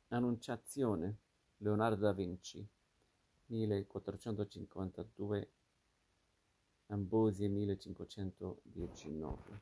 Annunciazione, Leonardo da Vinci, 1452, Amboise 1519.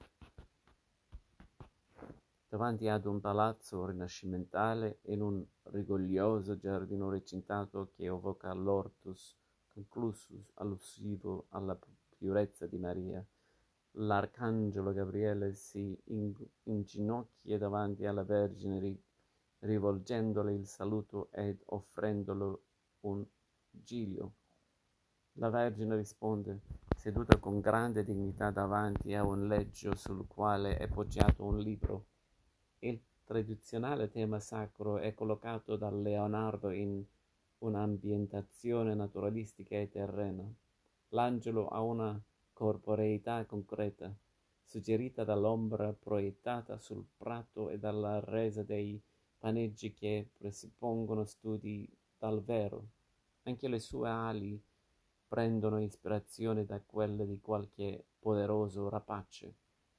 Davanti ad un palazzo rinascimentale in un rigoglioso giardino recintato che evoca l'Hortus Conclusus allusivo alla purezza di Maria, l'arcangelo Gabriele si inginocchia davanti alla Vergine rivolgendole il saluto ed offrendole un giglio. La Vergine risponde, seduta con grande dignità davanti a un leggio sul quale è poggiato un libro. Il tradizionale tema sacro è collocato da Leonardo in un'ambientazione naturalistica e terrena. L'angelo ha una corporeità concreta, suggerita dall'ombra proiettata sul prato e dalla resa dei paneggi che presuppongono studi dal vero. Anche le sue ali prendono ispirazione da quelle di qualche poderoso rapace.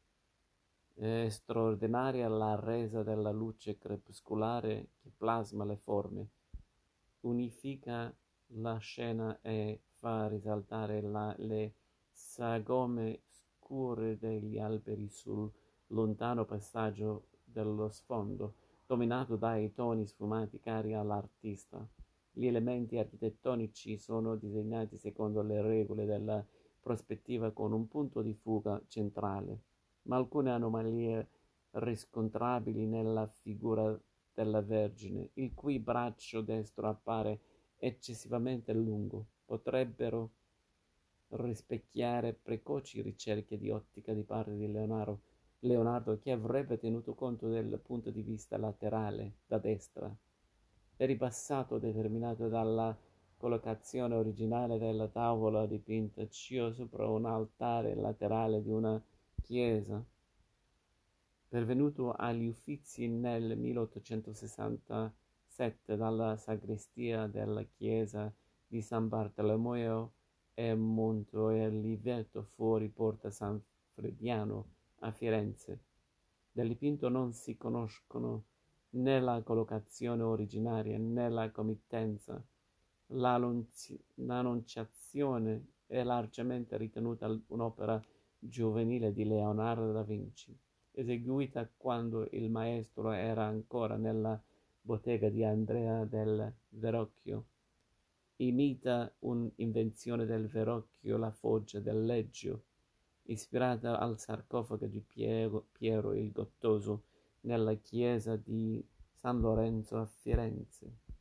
È straordinaria la resa della luce crepuscolare che plasma le forme, unifica la scena e fa risaltare le sagome scure degli alberi sul lontano passaggio dello sfondo, dominato dai toni sfumati cari all'artista. Gli elementi architettonici sono disegnati secondo le regole della prospettiva con un punto di fuga centrale, ma alcune anomalie riscontrabili nella figura della Vergine, il cui braccio destro appare eccessivamente lungo, potrebbero rispecchiare precoci ricerche di ottica di parte di Leonardo, che avrebbe tenuto conto del punto di vista laterale, da destra, e ribassato determinato dalla collocazione originale della tavola dipinta sopra un altare laterale di una chiesa. Pervenuto agli Uffizi nel 1867 dalla sagrestia della chiesa di San Bartolomeo e monto il livetto fuori Porta San Frediano a Firenze. Del dipinto non si conoscono né la collocazione originaria né la committenza. L'Annunciazione è largamente ritenuta un'opera giovanile di Leonardo da Vinci, eseguita quando il maestro era ancora nella bottega di Andrea del Verrocchio. Imita un'invenzione del Verrocchio la foggia del leggio, ispirata al sarcofago di Piero il Gottoso nella chiesa di San Lorenzo a Firenze.